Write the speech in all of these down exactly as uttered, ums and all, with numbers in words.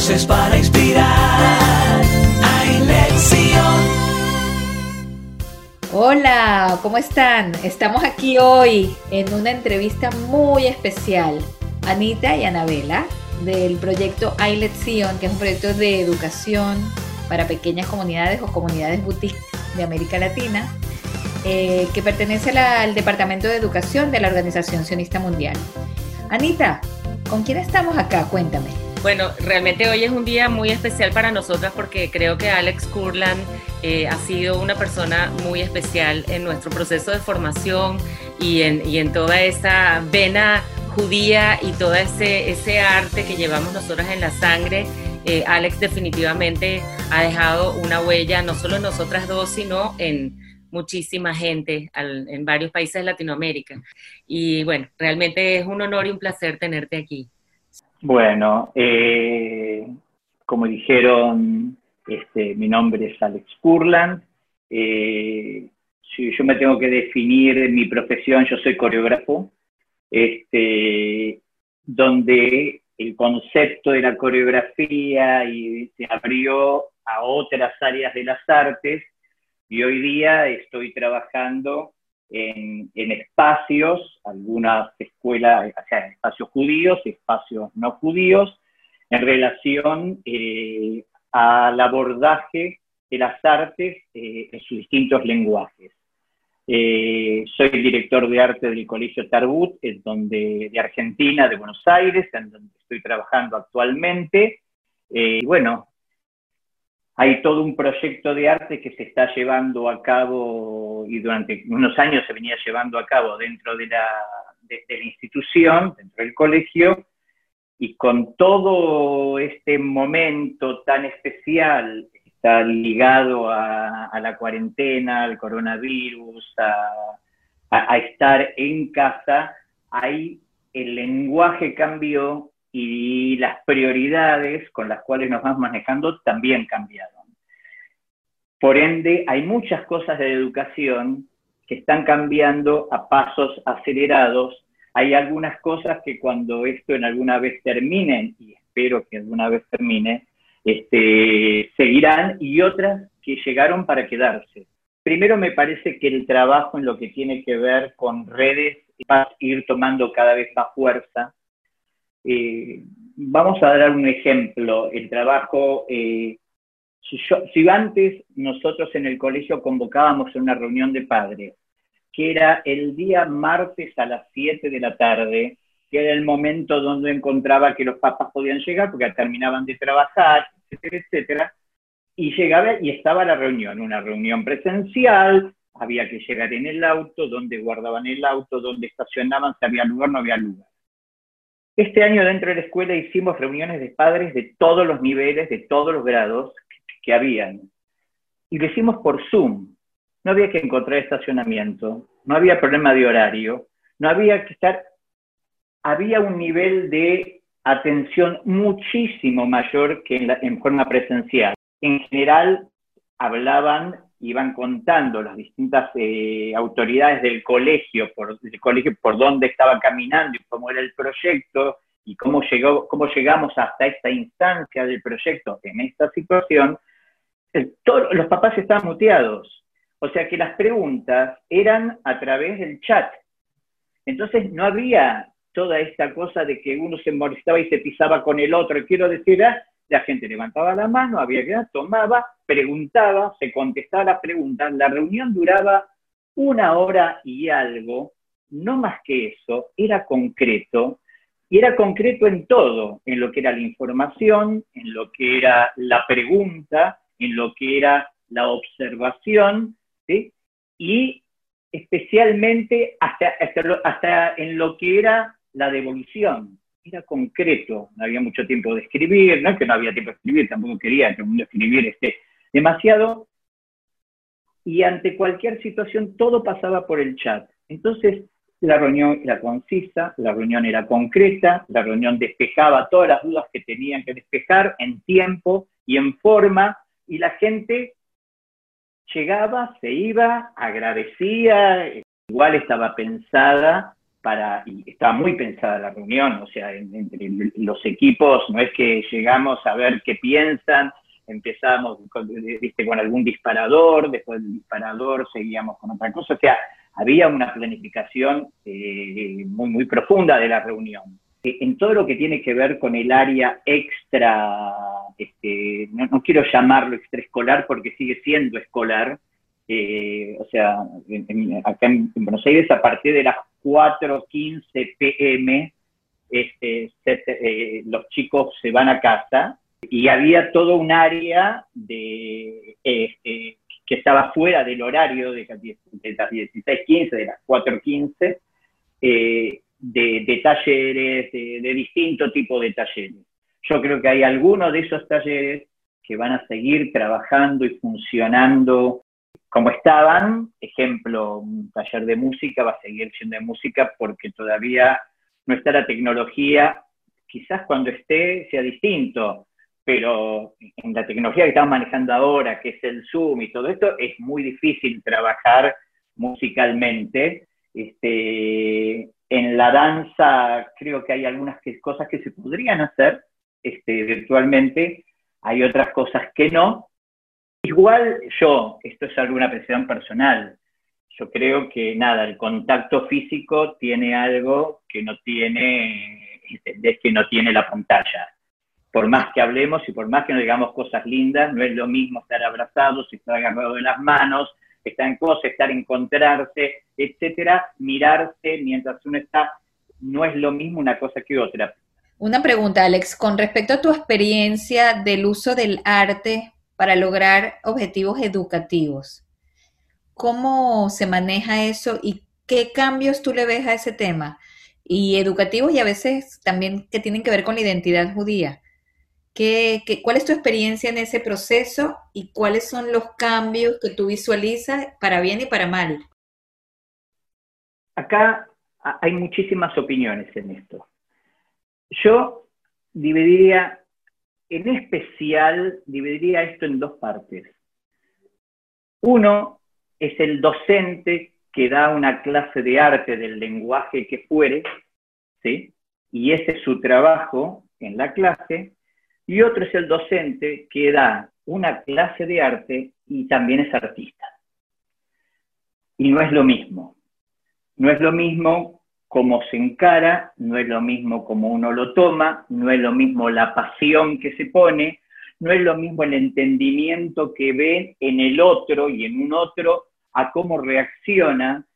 Voces para inspirar. Hay lección. Hola, ¿cómo están? Estamos aquí hoy en una entrevista muy especial. Anita y Anabela, del proyecto Hay Lección, que es un proyecto de educación para pequeñas comunidades o comunidades boutique de América Latina, eh, que pertenece a la, al Departamento de Educación de la Organización Sionista Mundial. Anita, ¿con quién estamos acá? Cuéntame. Bueno, realmente hoy es un día muy especial para nosotras porque creo que Alex Kurland eh, ha sido una persona muy especial en nuestro proceso de formación y en, y en toda esa vena judía y todo ese, ese arte que llevamos nosotras en la sangre. Eh, Alex definitivamente ha dejado una huella no solo en nosotras dos, sino en muchísima gente al, en varios países de Latinoamérica. Y bueno, realmente es un honor y un placer tenerte aquí. Bueno, eh, como dijeron, este, mi nombre es Alex Kurland. Eh, si yo me tengo que definir en mi profesión, yo soy coreógrafo, este, donde el concepto de la coreografía y se abrió a otras áreas de las artes, y hoy día estoy trabajando En, en espacios, algunas escuelas, o sea, espacios judíos, espacios no judíos, en relación eh, al abordaje de las artes eh, en sus distintos lenguajes. Eh, soy el director de arte del Colegio Tarbut, en donde, de Argentina, de Buenos Aires, en donde estoy trabajando actualmente. Eh, y bueno, hay todo un proyecto de arte que se está llevando a cabo y durante unos años se venía llevando a cabo dentro de la, de, de la institución, dentro del colegio, y con todo este momento tan especial, está ligado a, a la cuarentena, al coronavirus, a, a, a estar en casa, ahí el lenguaje cambió y las prioridades con las cuales nos vamos manejando también cambiaron. Por ende, hay muchas cosas de educación que están cambiando a pasos acelerados. Hay algunas cosas que cuando esto en alguna vez termine, y espero que alguna vez termine, este, seguirán, y otras que llegaron para quedarse. Primero, me parece que el trabajo en lo que tiene que ver con redes va a ir tomando cada vez más fuerza. Eh, vamos a dar un ejemplo, el trabajo, eh, si, yo, si antes nosotros en el colegio convocábamos una reunión de padres, que era el día martes a las siete de la tarde, que era el momento donde encontraba que los papás podían llegar porque terminaban de trabajar, etcétera, etcétera, y llegaba y estaba la reunión, una reunión presencial, había que llegar en el auto, dónde guardaban el auto, dónde estacionaban, si había lugar, no había lugar. Este año dentro de la escuela hicimos reuniones de padres de todos los niveles, de todos los grados que habían. Y lo hicimos por Zoom. No había que encontrar estacionamiento, no había problema de horario, no había que estar... Había un nivel de atención muchísimo mayor que en, la, en forma presencial. En general hablaban, iban contando las distintas eh, autoridades del colegio, por, del colegio, por dónde estaba caminando y cómo era el proyecto y cómo, llegó, cómo llegamos hasta esta instancia del proyecto en esta situación. El, todo, los papás estaban muteados, o sea que las preguntas eran a través del chat. Entonces no había toda esta cosa de que uno se molestaba y se pisaba con el otro. Quiero decir, ah, la gente levantaba la mano, había que tomaba, preguntaba, se contestaba las preguntas. La reunión duraba una hora y algo, no más que eso, era concreto, y era concreto en todo, en lo que era la información, en lo que era la pregunta, en lo que era la observación, ¿sí? Y especialmente hasta, hasta, hasta en lo que era la devolución. Era concreto, no había mucho tiempo de escribir, no es que no había tiempo de escribir, tampoco quería todo el mundo escribir este, demasiado, y ante cualquier situación todo pasaba por el chat. Entonces la reunión era concisa, la reunión era concreta, la reunión despejaba todas las dudas que tenían que despejar en tiempo y en forma, y la gente llegaba, se iba, agradecía, igual estaba pensada para, y estaba muy pensada la reunión, o sea, entre los equipos, no es que llegamos a ver qué piensan, empezamos con, ¿viste? Con algún disparador, después del disparador seguíamos con otra cosa, o sea, había una planificación eh, muy, muy profunda de la reunión. En todo lo que tiene que ver con el área extra, este, no, no quiero llamarlo extraescolar porque sigue siendo escolar, eh, o sea, en, en, acá en, en Buenos Aires a partir de las cuatro quince pe eme este, se, eh, los chicos se van a casa y había todo un área de, este, que estaba fuera del horario de las dieciséis quince, de las cuatro quince, eh, de, de talleres, de, de distinto tipo de talleres. Yo creo que hay algunos de esos talleres que van a seguir trabajando y funcionando como estaban. Ejemplo, un taller de música va a seguir siendo de música porque todavía no está la tecnología, quizás cuando esté sea distinto, pero en la tecnología que estamos manejando ahora, que es el Zoom y todo esto, es muy difícil trabajar musicalmente. Este, en la danza creo que hay algunas que, cosas que se podrían hacer este, virtualmente, hay otras cosas que no. Igual yo, esto es alguna apreciación personal, yo creo que nada, el contacto físico tiene algo que no tiene, es que no tiene la pantalla. Por más que hablemos y por más que nos digamos cosas lindas, no es lo mismo estar abrazados, estar agarrados de las manos, estar en cosas, estar encontrarse, etcétera, mirarse mientras uno está, no es lo mismo una cosa que otra. Una pregunta, Alex, con respecto a tu experiencia del uso del arte para lograr objetivos educativos, ¿cómo se maneja eso y qué cambios tú le ves a ese tema? Y educativos y a veces también que tienen que ver con la identidad judía. ¿Qué, qué, ¿Cuál es tu experiencia en ese proceso y cuáles son los cambios que tú visualizas para bien y para mal? Acá hay muchísimas opiniones en esto. Yo dividiría, en especial, dividiría esto en dos partes. Uno es el docente que da una clase de arte del lenguaje que fuere, ¿sí? Y ese es su trabajo en la clase. Y otro es el docente que da una clase de arte y también es artista. Y no es lo mismo. No es lo mismo cómo se encara, no es lo mismo cómo uno lo toma, no es lo mismo la pasión que se pone, no es lo mismo el entendimiento que ve en el otro y en un otro a cómo reacciona.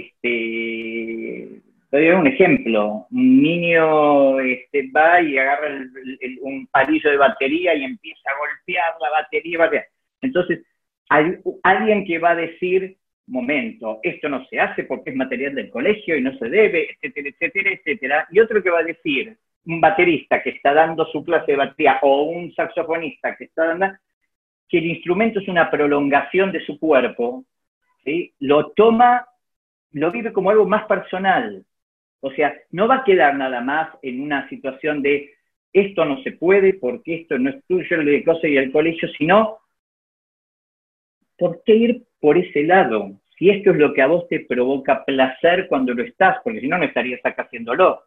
Este, te doy un ejemplo, un niño este, va y agarra el, el, un palillo de batería y empieza a golpear la batería, batería. Entonces, hay alguien que va a decir, momento, esto no se hace porque es material del colegio y no se debe, etcétera, etcétera, etcétera. Y otro que va a decir, un baterista que está dando su clase de batería o un saxofonista que está dando, que el instrumento es una prolongación de su cuerpo, ¿sí? Lo toma, lo vive como algo más personal. O sea, no va a quedar nada más en una situación de esto no se puede porque esto no es tuyo, el cosa y el colegio, sino ¿por qué ir por ese lado? Si esto es lo que a vos te provoca placer cuando lo estás, porque si no, no estarías acá haciéndolo.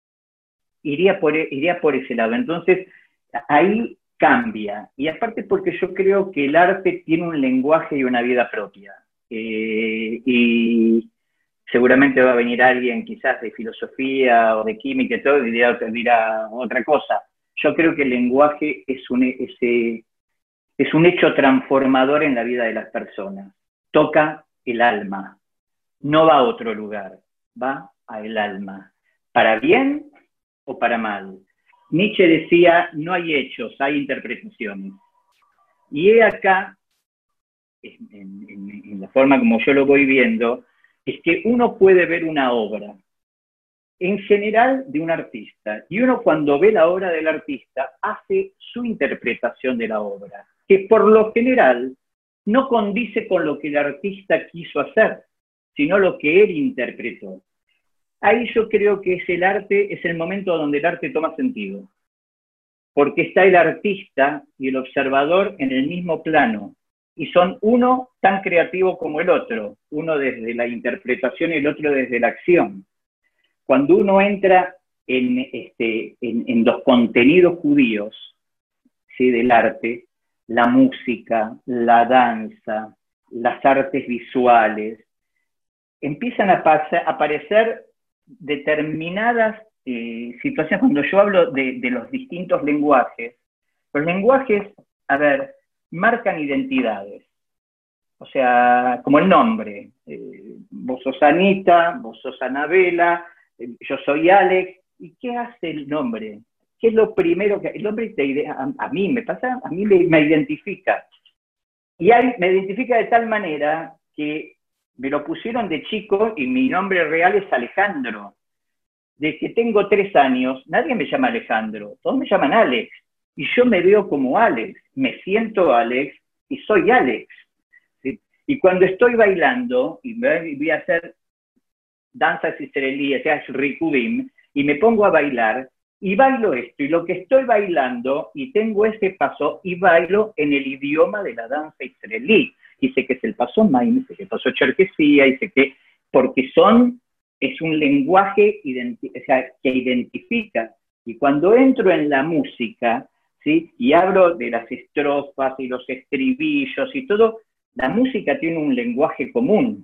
Iría por, iría por ese lado. Entonces, ahí cambia. Y aparte porque yo creo que el arte tiene un lenguaje y una vida propia. Eh, y seguramente va a venir alguien quizás de filosofía o de química y todo, y dirá, dirá otra cosa. Yo creo que el lenguaje es un, es, es un hecho transformador en la vida de las personas. Toca el alma. No va a otro lugar, va al alma. Para bien o para mal. Nietzsche decía, no hay hechos, hay interpretaciones. Y he acá, en, en, en la forma como yo lo voy viendo, es que uno puede ver una obra, en general de un artista, y uno cuando ve la obra del artista hace su interpretación de la obra, que por lo general no condice con lo que el artista quiso hacer, sino lo que él interpretó. Ahí yo creo que es el arte, es el momento donde el arte toma sentido, porque está el artista y el observador en el mismo plano, y son uno tan creativo como el otro, uno desde la interpretación y el otro desde la acción. cuando uno entra en, este, en, en los contenidos judíos, ¿sí?, del arte, la música, la danza, las artes visuales, empiezan a, pasar, a aparecer determinadas eh, situaciones. Cuando yo hablo de, de los distintos lenguajes, los lenguajes, a ver, marcan identidades. O sea, como el nombre. Eh, vos sos Anita, vos sos Anabela, eh, yo soy Alex. ¿Y qué hace el nombre? ¿Qué es lo primero que...? El nombre te, a, a mí me pasa, a mí me, me identifica. Y hay, me identifica de tal manera que me lo pusieron de chico y mi nombre real es Alejandro. Desde que tengo tres años, nadie me llama Alejandro, todos me llaman Alex. Y yo me veo como Alex, me siento Alex y soy Alex. ¿Sí? Y cuando estoy bailando, y voy a hacer danzas israelíes, es rikudim, y me pongo a bailar, y bailo esto, y lo que estoy bailando, y tengo ese paso, y bailo en el idioma de la danza israelí. Y sé que es el paso Maim, sé que es el paso Cherkesía, y sé que, porque son, es un lenguaje identi o sea, que identifica. Y cuando entro en la música, ¿sí?, y hablo de las estrofas y los estribillos y todo, la música tiene un lenguaje común.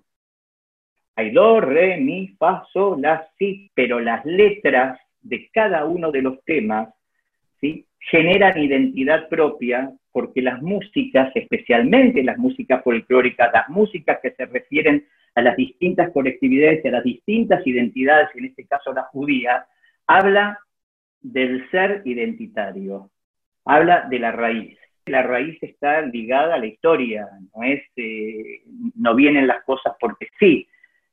Hay do, re, mi, fa, sol, la, si, pero las letras de cada uno de los temas, ¿sí?, generan identidad propia, porque las músicas, especialmente las músicas folclóricas, las músicas que se refieren a las distintas colectividades, a las distintas identidades, en este caso la judía, habla del ser identitario, habla de la raíz. La raíz está ligada a la historia, no es, eh, no vienen las cosas porque sí.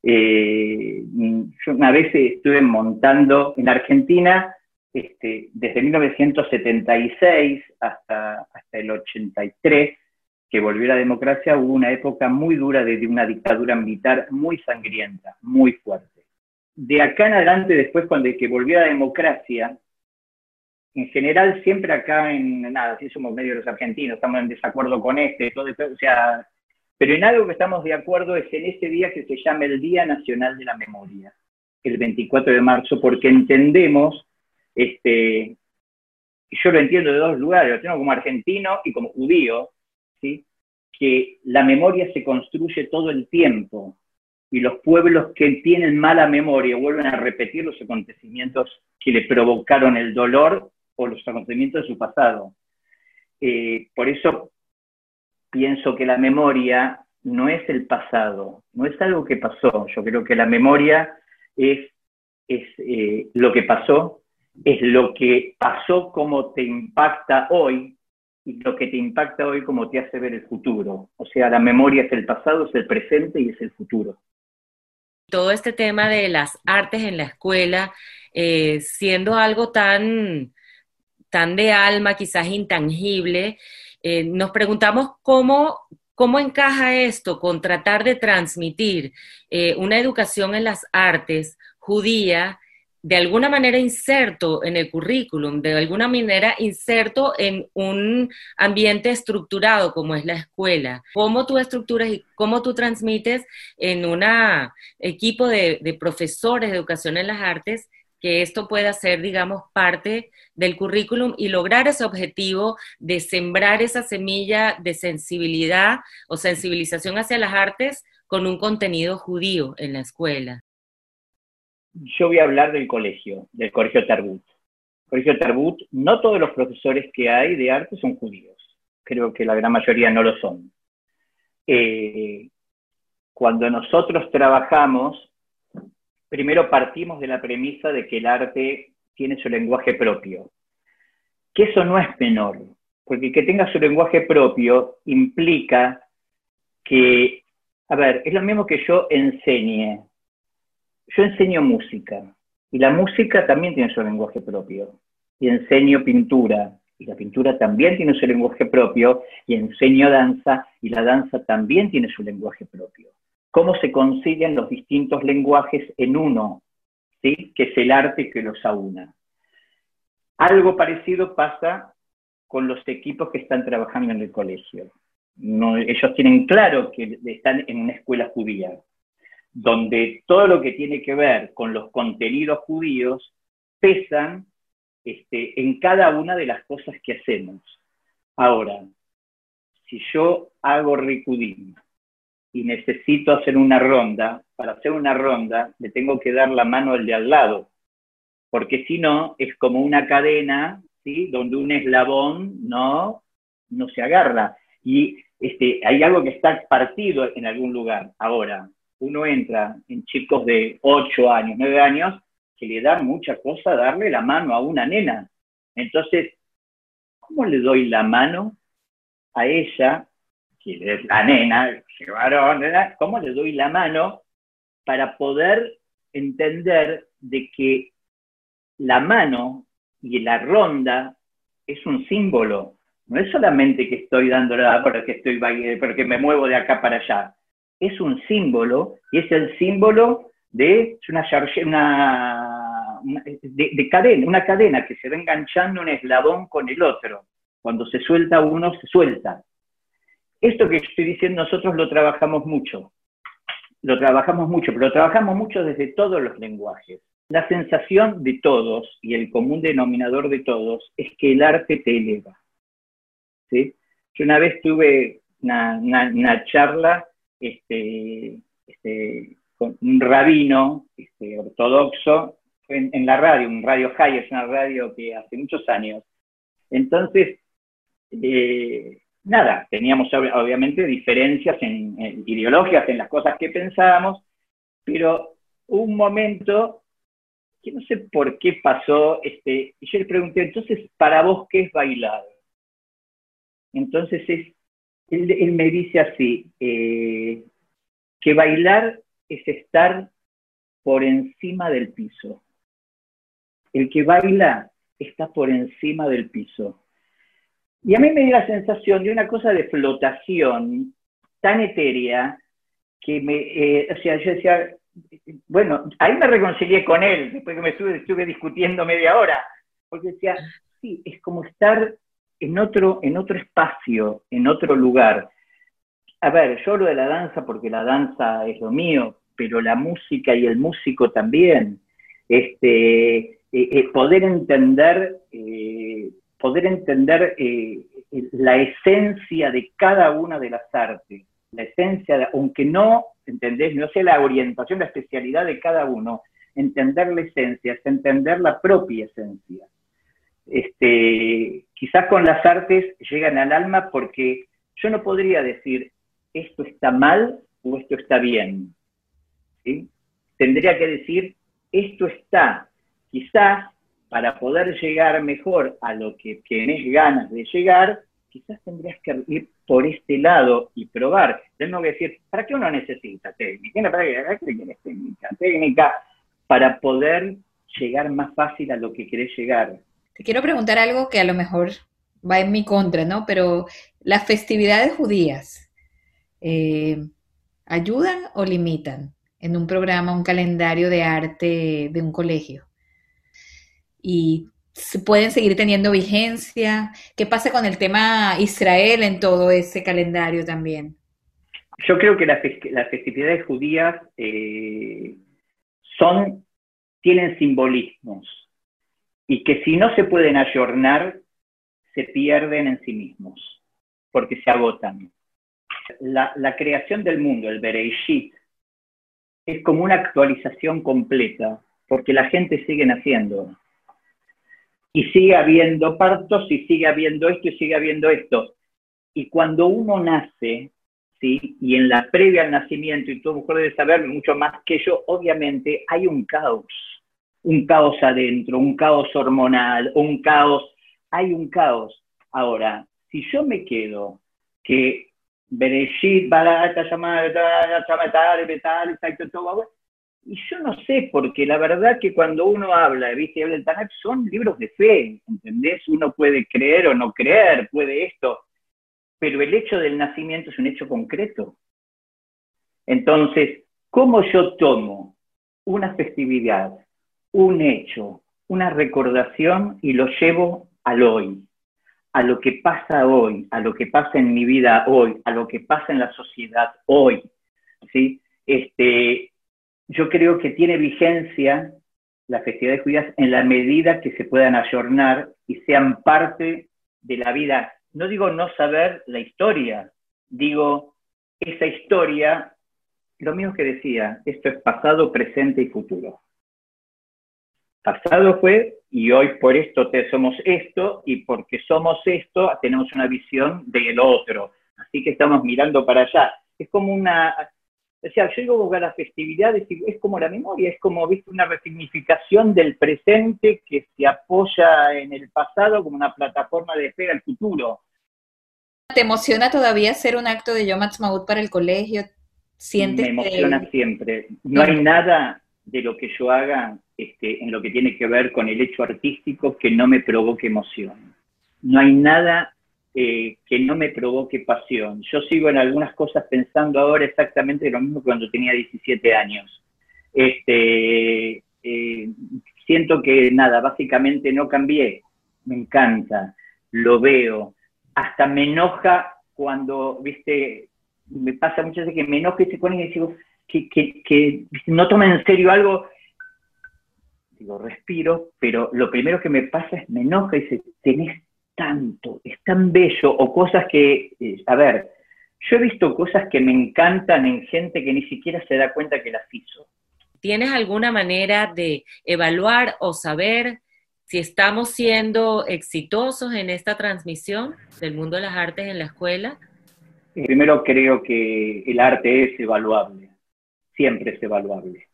Eh, yo una vez estuve montando en Argentina, este, desde mil novecientos setenta y seis hasta, hasta el ochenta y tres, que volvió la democracia, hubo una época muy dura de, de una dictadura militar muy sangrienta, muy fuerte. De acá en adelante, después, cuando que volvió la democracia, en general, siempre acá en, nada, si somos medio los argentinos, estamos en desacuerdo con este, todo esto, o sea, pero en algo que estamos de acuerdo es en ese día que se llama el Día Nacional de la Memoria, el veinticuatro de marzo, porque entendemos, este, y yo lo entiendo de dos lugares, lo tengo como argentino y como judío, ¿sí?, que la memoria se construye todo el tiempo, y los pueblos que tienen mala memoria vuelven a repetir los acontecimientos que le provocaron el dolor o los acontecimientos de su pasado. Eh, por eso pienso que la memoria no es el pasado, no es algo que pasó. Yo creo que la memoria es, es eh, lo que pasó, es lo que pasó, cómo te impacta hoy, y lo que te impacta hoy, cómo te hace ver el futuro. O sea, la memoria es el pasado, es el presente y es el futuro. Todo este tema de las artes en la escuela, eh, siendo algo tan, tan de alma, quizás intangible, eh, nos preguntamos cómo, cómo encaja esto con tratar de transmitir eh, una educación en las artes judía, de alguna manera inserto en el currículum, de alguna manera inserto en un ambiente estructurado como es la escuela. ¿Cómo tú estructuras y cómo tú transmites en un equipo de, de profesores de educación en las artes que esto pueda ser, digamos, parte del currículum y lograr ese objetivo de sembrar esa semilla de sensibilidad o sensibilización hacia las artes con un contenido judío en la escuela? Yo voy a hablar del colegio, del Colegio Tarbut. Colegio Tarbut, no todos los profesores que hay de arte son judíos. Creo que la gran mayoría no lo son. Eh, cuando nosotros trabajamos, primero partimos de la premisa de que el arte tiene su lenguaje propio. Que eso no es menor, porque que tenga su lenguaje propio implica que, a ver, es lo mismo que yo enseñe. Yo enseño música, y la música también tiene su lenguaje propio. Y enseño pintura, y la pintura también tiene su lenguaje propio, y enseño danza, y la danza también tiene su lenguaje propio. ¿Cómo se consiguen los distintos lenguajes en uno? ¿Sí? Que es el arte que los aúna. Algo parecido pasa con los equipos que están trabajando en el colegio. No, ellos tienen claro que están en una escuela judía. donde todo lo que tiene que ver con los contenidos judíos pesan este, en cada una de las cosas que hacemos. Ahora, si yo hago Rikudim y necesito hacer una ronda, para hacer una ronda le tengo que dar la mano al de al lado, porque si no es como una cadena, ¿sí?, donde un eslabón no, no se agarra. Y este, hay algo que está partido en algún lugar. Ahora, uno entra en chicos de ocho años, nueve años, que le da mucha cosa darle la mano a una nena. Entonces, ¿cómo le doy la mano a ella, que es la nena, que varón, cómo le doy la mano para poder entender de que la mano y la ronda es un símbolo? No es solamente que estoy dando la porque estoy porque me muevo de acá para allá. Es un símbolo, y es el símbolo de una, una, una de, de cadena, una cadena que se va enganchando un eslabón con el otro. Cuando se suelta uno, se suelta. Esto que estoy diciendo nosotros lo trabajamos mucho. Lo trabajamos mucho, pero lo trabajamos mucho desde todos los lenguajes. La sensación de todos, y el común denominador de todos, es que el arte te eleva, ¿sí? Yo una vez tuve una, una, una charla este, este, con un rabino este, ortodoxo en, en la radio, un Radio High, es una radio que hace muchos años. Entonces, eh, nada, teníamos obviamente diferencias en, en ideológicas, en las cosas que pensábamos, pero hubo un momento que no sé por qué pasó, este, y yo le pregunté, entonces, ¿para vos qué es bailar? Entonces, es, él, él me dice así, eh, que bailar es estar por encima del piso. El que baila está por encima del piso. Y a mí me dio la sensación de una cosa de flotación tan etérea que me, eh, o sea, yo decía, bueno, ahí me reconcilié con él, después que me estuve, estuve discutiendo media hora, porque decía, sí, es como estar en otro, en otro espacio, en otro lugar. A ver, yo hablo de la danza porque la danza es lo mío, pero la música y el músico también. Este, eh, eh, poder entender... Eh, poder entender eh, la esencia de cada una de las artes, la esencia, de, aunque no, ¿entendés?, no sé la orientación, la especialidad de cada uno, entender la esencia, es entender la propia esencia. Este, quizás con las artes llegan al alma porque yo no podría decir esto está mal o esto está bien, ¿sí? Tendría que decir esto está, quizás para poder llegar mejor a lo que tenés ganas de llegar, quizás tendrías que ir por este lado y probar. Tengo que decir, ¿para qué uno necesita técnica? ¿Para qué tienes técnica? Técnica para poder llegar más fácil a lo que querés llegar. Te quiero preguntar algo que a lo mejor va en mi contra, ¿no? Pero las festividades judías, eh, ¿ayudan o limitan en un programa, un calendario de arte de un colegio? Y se pueden seguir teniendo vigencia. ¿Qué pasa con el tema Israel en todo ese calendario también? Yo creo que las, las festividades judías eh, son, tienen simbolismos y que si no se pueden ayornar, se pierden en sí mismos, porque se agotan. La, la creación del mundo, el Bereishit, es como una actualización completa, porque la gente sigue naciendo. Y sigue habiendo partos, y sigue habiendo esto, y sigue habiendo esto. Y cuando uno nace, ¿sí?, y en la previa al nacimiento, y tú mejor debes saber mucho más que yo, obviamente hay un caos. Un caos adentro, un caos hormonal, un caos, hay un caos. Ahora, si yo me quedo que Bereshit, Barata, Llamada, y yo no sé, porque la verdad que cuando uno habla, ¿viste? Habla del Tanakh, son libros de fe, ¿entendés? Uno puede creer o no creer, puede esto, pero el hecho del nacimiento es un hecho concreto. Entonces, ¿cómo yo tomo una festividad, un hecho, una recordación y lo llevo al hoy, a lo que pasa hoy, a lo que pasa en mi vida hoy, a lo que pasa en la sociedad hoy, ¿sí? Este... yo creo que tiene vigencia las festividades judías en la medida que se puedan ayornar y sean parte de la vida. No digo no saber la historia, digo esa historia, lo mismo que decía, esto es pasado, presente y futuro. Pasado fue y hoy por esto te, somos esto, y porque somos esto tenemos una visión del otro. Así que estamos mirando para allá. Es como una... O sea, yo digo que las festividades es como la memoria, es como, viste, una resignificación del presente que se apoya en el pasado como una plataforma de espera al futuro. ¿Te emociona todavía hacer un acto de Yom Ha'atzmaut para el colegio? ¿Sientes Me emociona que... siempre. No hay nada de lo que yo haga este, en lo que tiene que ver con el hecho artístico que no me provoque emoción. No hay nada eh, que no me provoque pasión. Yo sigo en algunas cosas pensando ahora exactamente lo mismo que cuando tenía diecisiete años. Este, eh, siento que nada, básicamente no cambié. Me encanta, lo veo. Hasta me enoja cuando, viste, me pasa muchas veces que me enoja y se ponen y digo que, que, que no toman en serio algo. Digo, respiro, pero lo primero que me pasa es me enoja y dice, tenés tanto, es tan bello, o cosas que, eh, a ver, yo he visto cosas que me encantan en gente que ni siquiera se da cuenta que las hizo. ¿Tienes alguna manera de evaluar o saber si estamos siendo exitosos en esta transmisión del mundo de las artes en la escuela? Primero creo que el arte es evaluable, siempre es evaluable.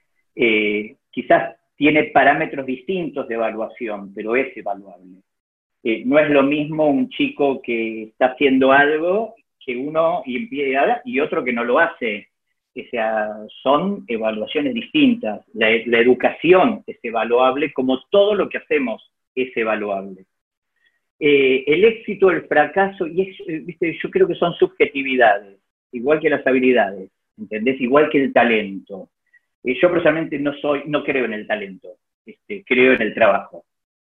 Eh, quizás tiene parámetros distintos de evaluación, pero es evaluable. Eh, no es lo mismo un chico que está haciendo algo que uno y, empieza, y otro que no lo hace. O sea, son evaluaciones distintas. La, la educación es evaluable, como todo lo que hacemos es evaluable. Eh, el éxito, el fracaso, y es, eh, ¿viste? Yo creo que son subjetividades, igual que las habilidades, ¿entendés? Igual que el talento. Eh, yo personalmente no soy, no creo en el talento, este, creo en el trabajo.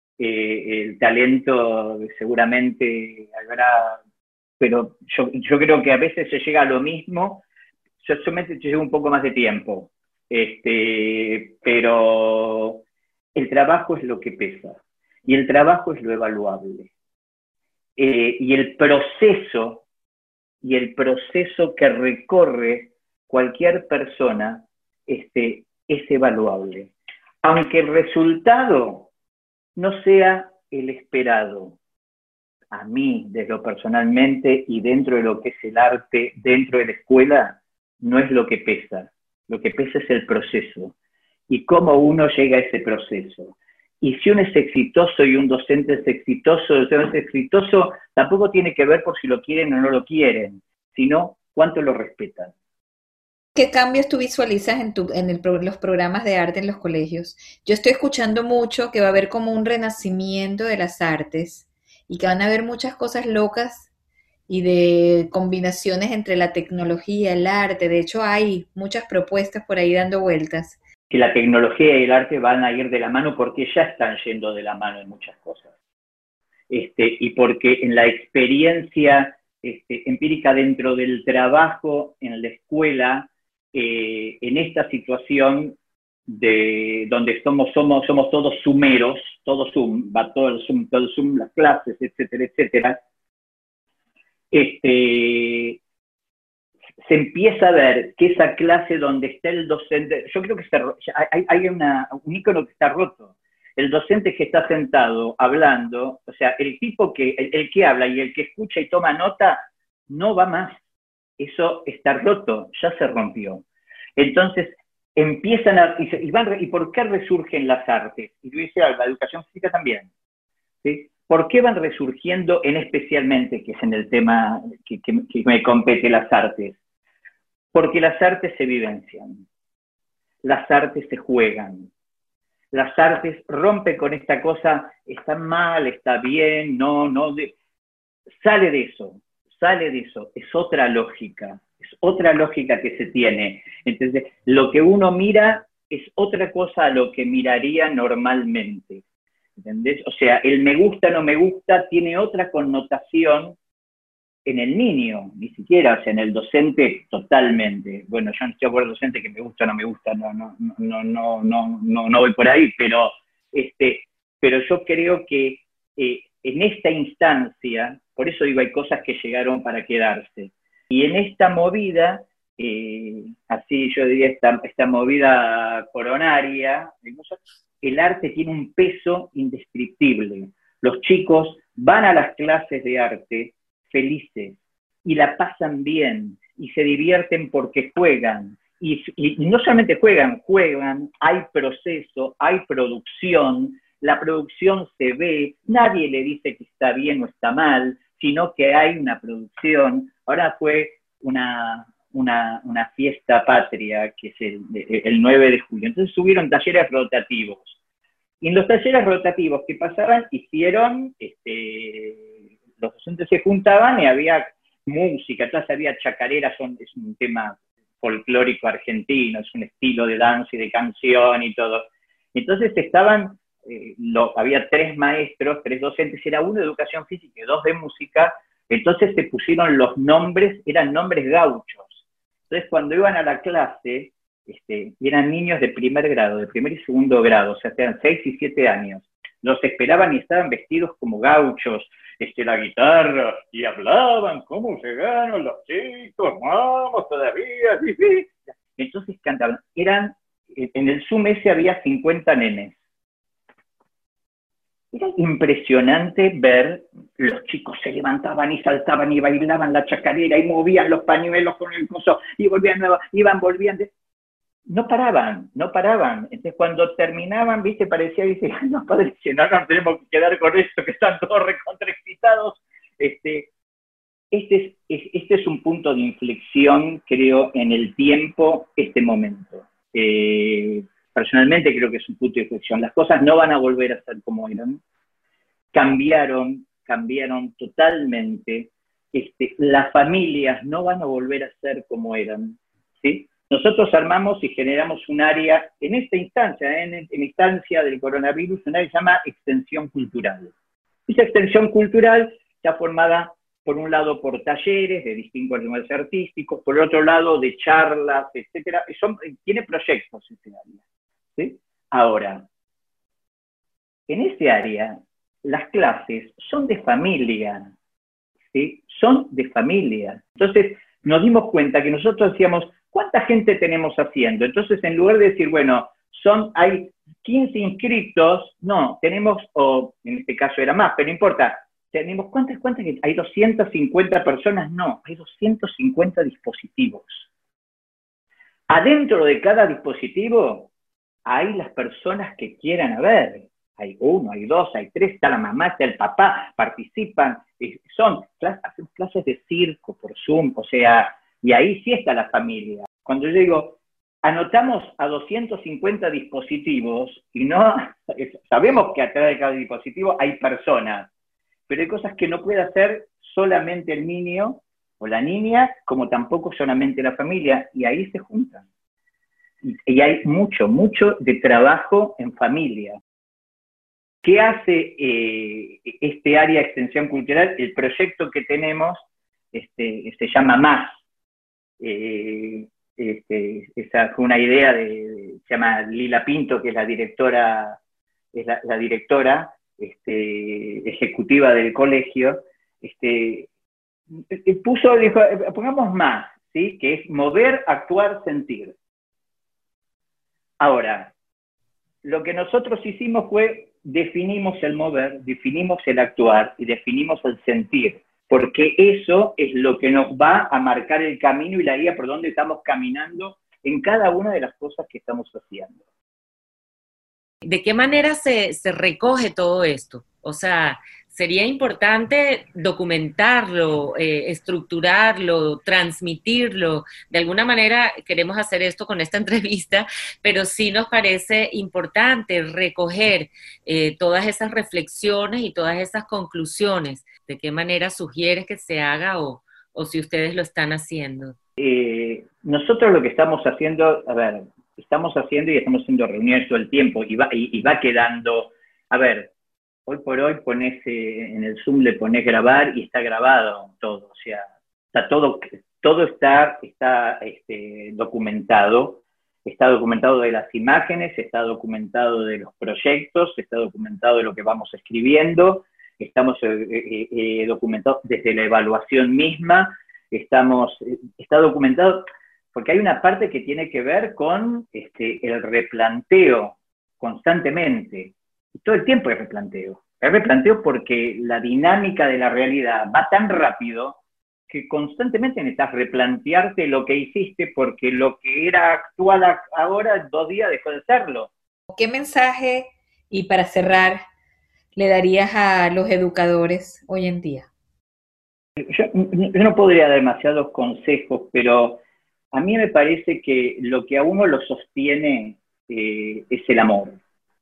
Eh, el talento seguramente habrá, pero yo, yo creo que a veces se llega a lo mismo. Yo solamente llevo un poco más de tiempo, este, pero el trabajo es lo que pesa, y el trabajo es lo evaluable. Eh, y el proceso, y el proceso que recorre cualquier persona este, es evaluable. Aunque el resultado no sea el esperado. A mí, desde lo personalmente y dentro de lo que es el arte, dentro de la escuela, no es lo que pesa. Lo que pesa es el proceso y cómo uno llega a ese proceso. Y si uno es exitoso y un docente es exitoso, el docente es exitoso, tampoco tiene que ver por si lo quieren o no lo quieren, sino cuánto lo respetan. ¿Qué cambios tú visualizas en, tu, en el, los programas de arte en los colegios? Yo estoy escuchando mucho que va a haber como un renacimiento de las artes y que van a haber muchas cosas locas y de combinaciones entre la tecnología, el arte. De hecho, hay muchas propuestas por ahí dando vueltas. Que la tecnología y el arte van a ir de la mano porque ya están yendo de la mano en muchas cosas. Este, y porque en la experiencia este, empírica dentro del trabajo en la escuela, Eh, en esta situación de donde somos, somos, somos todos sumeros, todo Zoom, va todo el Zoom, todo el Zoom, las clases, etcétera, etcétera, este, se empieza a ver que esa clase donde está el docente, yo creo que se, hay, hay una, un ícono que está roto. El docente que está sentado hablando, o sea, el tipo que, el, el que habla y el que escucha y toma nota, no va más. Eso está roto, ya se rompió. Entonces, empiezan a... Y, se, y, van, ¿y por qué resurgen las artes? Y yo decía, la educación física también. ¿Sí? ¿Por qué van resurgiendo en especialmente, que es en el tema que, que, que me compete, las artes? Porque las artes se vivencian. Las artes se juegan. Las artes rompen con esta cosa, está mal, está bien, no, no... De, sale de eso. Sale de eso, es otra lógica, es otra lógica que se tiene. Entonces, lo que uno mira es otra cosa a lo que miraría normalmente. ¿Entendés? O sea, el me gusta, no me gusta, tiene otra connotación en el niño, ni siquiera, o sea, en el docente totalmente. Bueno, yo no estoy por el docente que me gusta o no me gusta, no, no, no, no, no, no, no voy por ahí, pero, este, pero yo creo que eh, en esta instancia, por eso digo, hay cosas que llegaron para quedarse. Y en esta movida, eh, así yo diría, esta, esta movida coronaria, el arte tiene un peso indescriptible. Los chicos van a las clases de arte felices, y la pasan bien, y se divierten porque juegan, y, y no solamente juegan, juegan, hay proceso, hay producción, la producción se ve, nadie le dice que está bien o está mal, sino que hay una producción. Ahora fue una, una, una fiesta patria, que es el, el nueve de julio, entonces subieron talleres rotativos, y en los talleres rotativos que pasaban, hicieron, este, los docentes se juntaban y había música, entonces había chacarera, son, es un tema folclórico argentino, es un estilo de danza y de canción y todo. Entonces estaban, eh, lo, había tres maestros, tres docentes, era uno de educación física y dos de música, entonces se pusieron los nombres, eran nombres gauchos. Entonces cuando iban a la clase, este, eran niños de primer grado, de primer y segundo grado, o sea, eran seis y siete años. Los esperaban y estaban vestidos como gauchos, este, la guitarra, y hablaban, ¿cómo llegaron los chicos? Vamos todavía, sí, sí. Entonces cantaban, eran, en el Zoom ese había cincuenta nenes. Era impresionante ver, los chicos se levantaban y saltaban y bailaban la chacarera y movían los pañuelos con el coso, y volvían, iban, volvían, de... no paraban, no paraban. Entonces cuando terminaban, viste, parecía, dice, no, padre, si no nos tenemos que quedar con esto, que están todos recontraexcitados. Este, este, es, es, este es un punto de inflexión, creo, en el tiempo, este momento. Eh, personalmente creo que es un punto de inflexión. Las cosas no van a volver a ser como eran. Cambiaron, cambiaron totalmente. Este, las familias no van a volver a ser como eran, ¿sí? Nosotros armamos y generamos un área, en esta instancia, en, en la instancia del coronavirus, una área que se llama extensión cultural. Esa extensión cultural está formada, por un lado, por talleres de distintos niveles artísticos, por otro lado, de charlas, etcétera. Son, tiene proyectos este área, ¿sí? Ahora, en ese área, las clases son de familia, ¿sí? Son de familia. Entonces, nos dimos cuenta que nosotros decíamos, ¿cuánta gente tenemos haciendo? Entonces, en lugar de decir, bueno, son, hay quince inscritos, no, tenemos, o en este caso era más, pero no importa, tenemos, ¿cuántas, cuántas? ¿Hay doscientas cincuenta personas? No, hay doscientos cincuenta dispositivos. Adentro de cada dispositivo hay las personas que quieran haber. Hay uno, hay dos, hay tres, está la mamá, está el papá, participan, son, hacemos clases de circo por Zoom, o sea, y ahí sí está la familia. Cuando yo digo, anotamos a doscientos cincuenta dispositivos, y no, sabemos que atrás de cada dispositivo hay personas, pero hay cosas que no puede hacer solamente el niño o la niña, como tampoco solamente la familia, y ahí se juntan. Y, y hay mucho, mucho de trabajo en familia. ¿Qué hace eh, este área de extensión cultural? El proyecto que tenemos este, se llama Más. Eh, este, esa fue una idea de, de, se llama Lila Pinto, que es la directora, es la, la directora este, ejecutiva del colegio, este, puso, dijo, pongamos Más, ¿sí? Que es mover, actuar, sentir. Ahora, lo que nosotros hicimos fue, definimos el mover, definimos el actuar y definimos el sentir, porque eso es lo que nos va a marcar el camino y la guía por donde estamos caminando en cada una de las cosas que estamos haciendo. ¿De qué manera se, se recoge todo esto? O sea, sería importante documentarlo, eh, estructurarlo, transmitirlo. De alguna manera queremos hacer esto con esta entrevista, pero sí nos parece importante recoger eh, todas esas reflexiones y todas esas conclusiones. ¿De qué manera sugieres que se haga o, o si ustedes lo están haciendo? Eh, nosotros lo que estamos haciendo, a ver, estamos haciendo y estamos haciendo reuniones todo el tiempo y va, y, y va quedando, a ver, hoy por hoy pones eh, en el Zoom, le pones grabar y está grabado todo, o sea, está todo, todo está, está este, documentado, está documentado de las imágenes, está documentado de los proyectos, está documentado de lo que vamos escribiendo, estamos eh, eh, eh, documentados desde la evaluación misma, estamos, eh, está documentado, porque hay una parte que tiene que ver con este, el replanteo constantemente, y todo el tiempo hay replanteo. Hay replanteo porque la dinámica de la realidad va tan rápido que constantemente necesitas replantearte lo que hiciste porque lo que era actual ahora, en dos días dejó de serlo. ¿Qué mensaje, y para cerrar, le darías a los educadores hoy en día? Yo, yo no podría dar demasiados consejos, pero a mí me parece que lo que a uno lo sostiene eh, es el amor.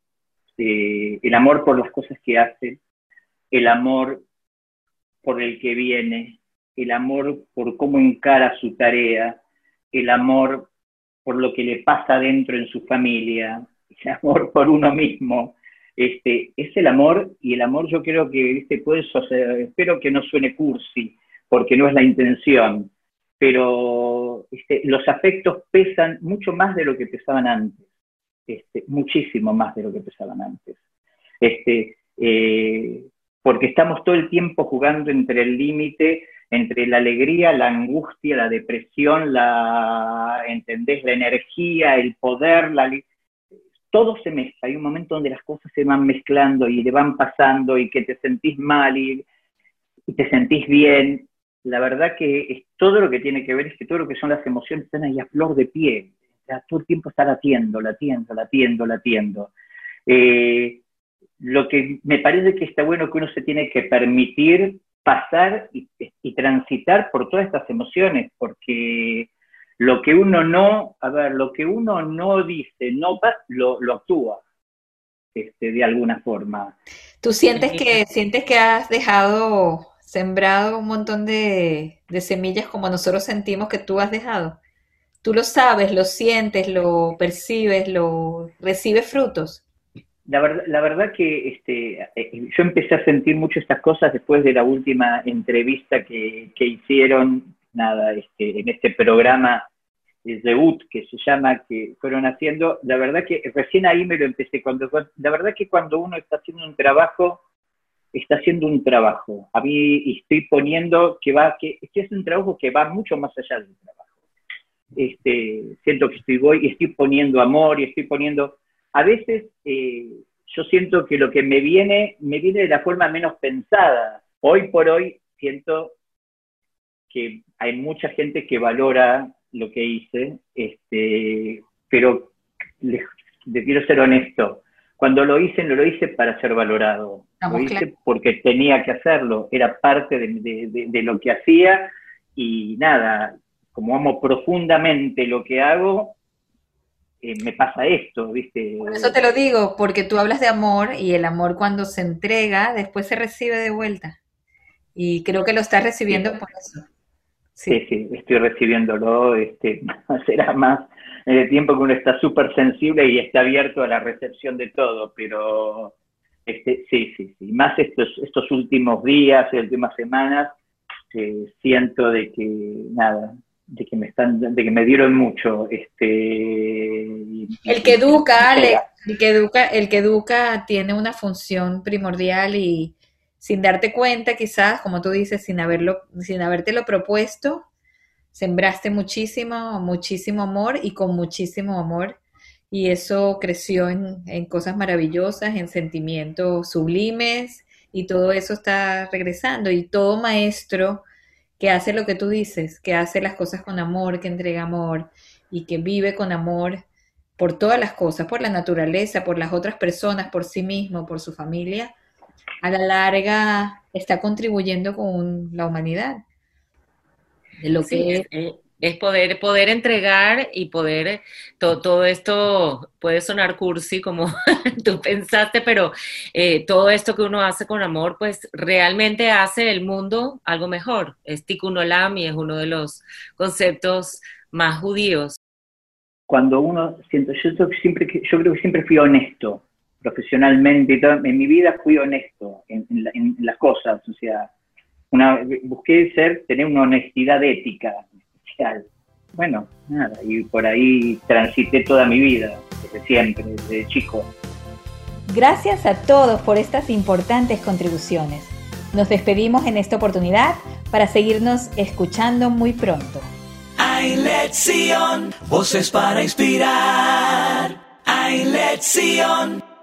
Eh, el amor por las cosas que hace, el amor por el que viene, el amor por cómo encara su tarea, el amor por lo que le pasa adentro en su familia, el amor por uno mismo. Este, es el amor, y el amor yo creo que este, puede suceder, espero que no suene cursi, porque no es la intención, pero este, los afectos pesan mucho más de lo que pesaban antes. Este, muchísimo más de lo que pesaban antes. Este, eh, porque estamos todo el tiempo jugando entre el límite, entre la alegría, la angustia, la depresión, la, ¿entendés? La energía, el poder, la, todo se mezcla. Hay un momento donde las cosas se van mezclando y le van pasando y que te sentís mal y, y te sentís bien. La verdad que es, todo lo que tiene que ver es que todo lo que son las emociones están ahí a flor de piel. Todo el tiempo está latiendo, latiendo, latiendo, latiendo. Eh, lo que me parece que está bueno que uno se tiene que permitir pasar y, y transitar por todas estas emociones, porque lo que uno no, a ver, lo que uno no dice, no lo, lo actúa, este, de alguna forma. ¿Tú sientes que, sientes que has dejado sembrado un montón de, de semillas como nosotros sentimos que tú has dejado? ¿Tú lo sabes, lo sientes, lo percibes, lo recibes frutos? La verdad, la verdad que este, eh, yo empecé a sentir mucho estas cosas después de la última entrevista que, que hicieron, nada, este, en este programa de debut que se llama, que fueron haciendo. La verdad que recién ahí me lo empecé. Cuando, la verdad que cuando uno está haciendo un trabajo, está haciendo un trabajo. A mí estoy poniendo que va, que, que es un trabajo que va mucho más allá del trabajo. Este, siento que estoy voy y estoy poniendo amor y estoy poniendo, a veces eh, yo siento que lo que me viene, me viene de la forma menos pensada. Hoy por hoy siento que hay mucha gente que valora lo que hice, este, pero le, le quiero ser honesto, cuando lo hice no lo hice para ser valorado, Estamos lo hice claro. porque tenía que hacerlo, era parte de, de, de, de lo que hacía y nada. Como amo profundamente lo que hago, eh, me pasa esto, ¿viste? Por eso te lo digo, porque tú hablas de amor y el amor cuando se entrega, después se recibe de vuelta. Y creo que lo estás recibiendo Sí, por eso. sí, Sí. sí, estoy recibiéndolo, este, será más en el tiempo que uno está súper sensible y está abierto a la recepción de todo, pero este, sí, sí, sí, más estos, estos últimos días, las últimas semanas, eh, siento de que, nada, de que me están, de que me dieron mucho, este, y, El que y, educa, y Alex, el que educa, el que educa tiene una función primordial y sin darte cuenta, quizás, como tú dices, sin haberlo, sin habértelo propuesto, sembraste muchísimo, muchísimo amor y con muchísimo amor. Y eso creció en, en cosas maravillosas, en sentimientos sublimes, y todo eso está regresando. Y todo maestro que hace lo que tú dices, que hace las cosas con amor, que entrega amor y que vive con amor por todas las cosas, por la naturaleza, por las otras personas, por sí mismo, por su familia, a la larga está contribuyendo con la humanidad. De lo Sí, que es, eh, es poder, poder entregar y poder, to- todo esto puede sonar cursi como tú pensaste, pero eh, todo esto que uno hace con amor, pues realmente hace el mundo algo mejor. Es Tikkun Olam y es uno de los conceptos más judíos. Cuando uno, siento, yo, siempre, yo creo que siempre fui honesto, profesionalmente y todo, en mi vida fui honesto en, en, la, en las cosas, o sea, una, busqué ser, tener una honestidad ética especial. Bueno, nada, y por ahí transité toda mi vida, desde siempre, desde chico. Gracias a todos por estas importantes contribuciones. Nos despedimos en esta oportunidad para seguirnos escuchando muy pronto. iLección, voces para inspirar. iLección.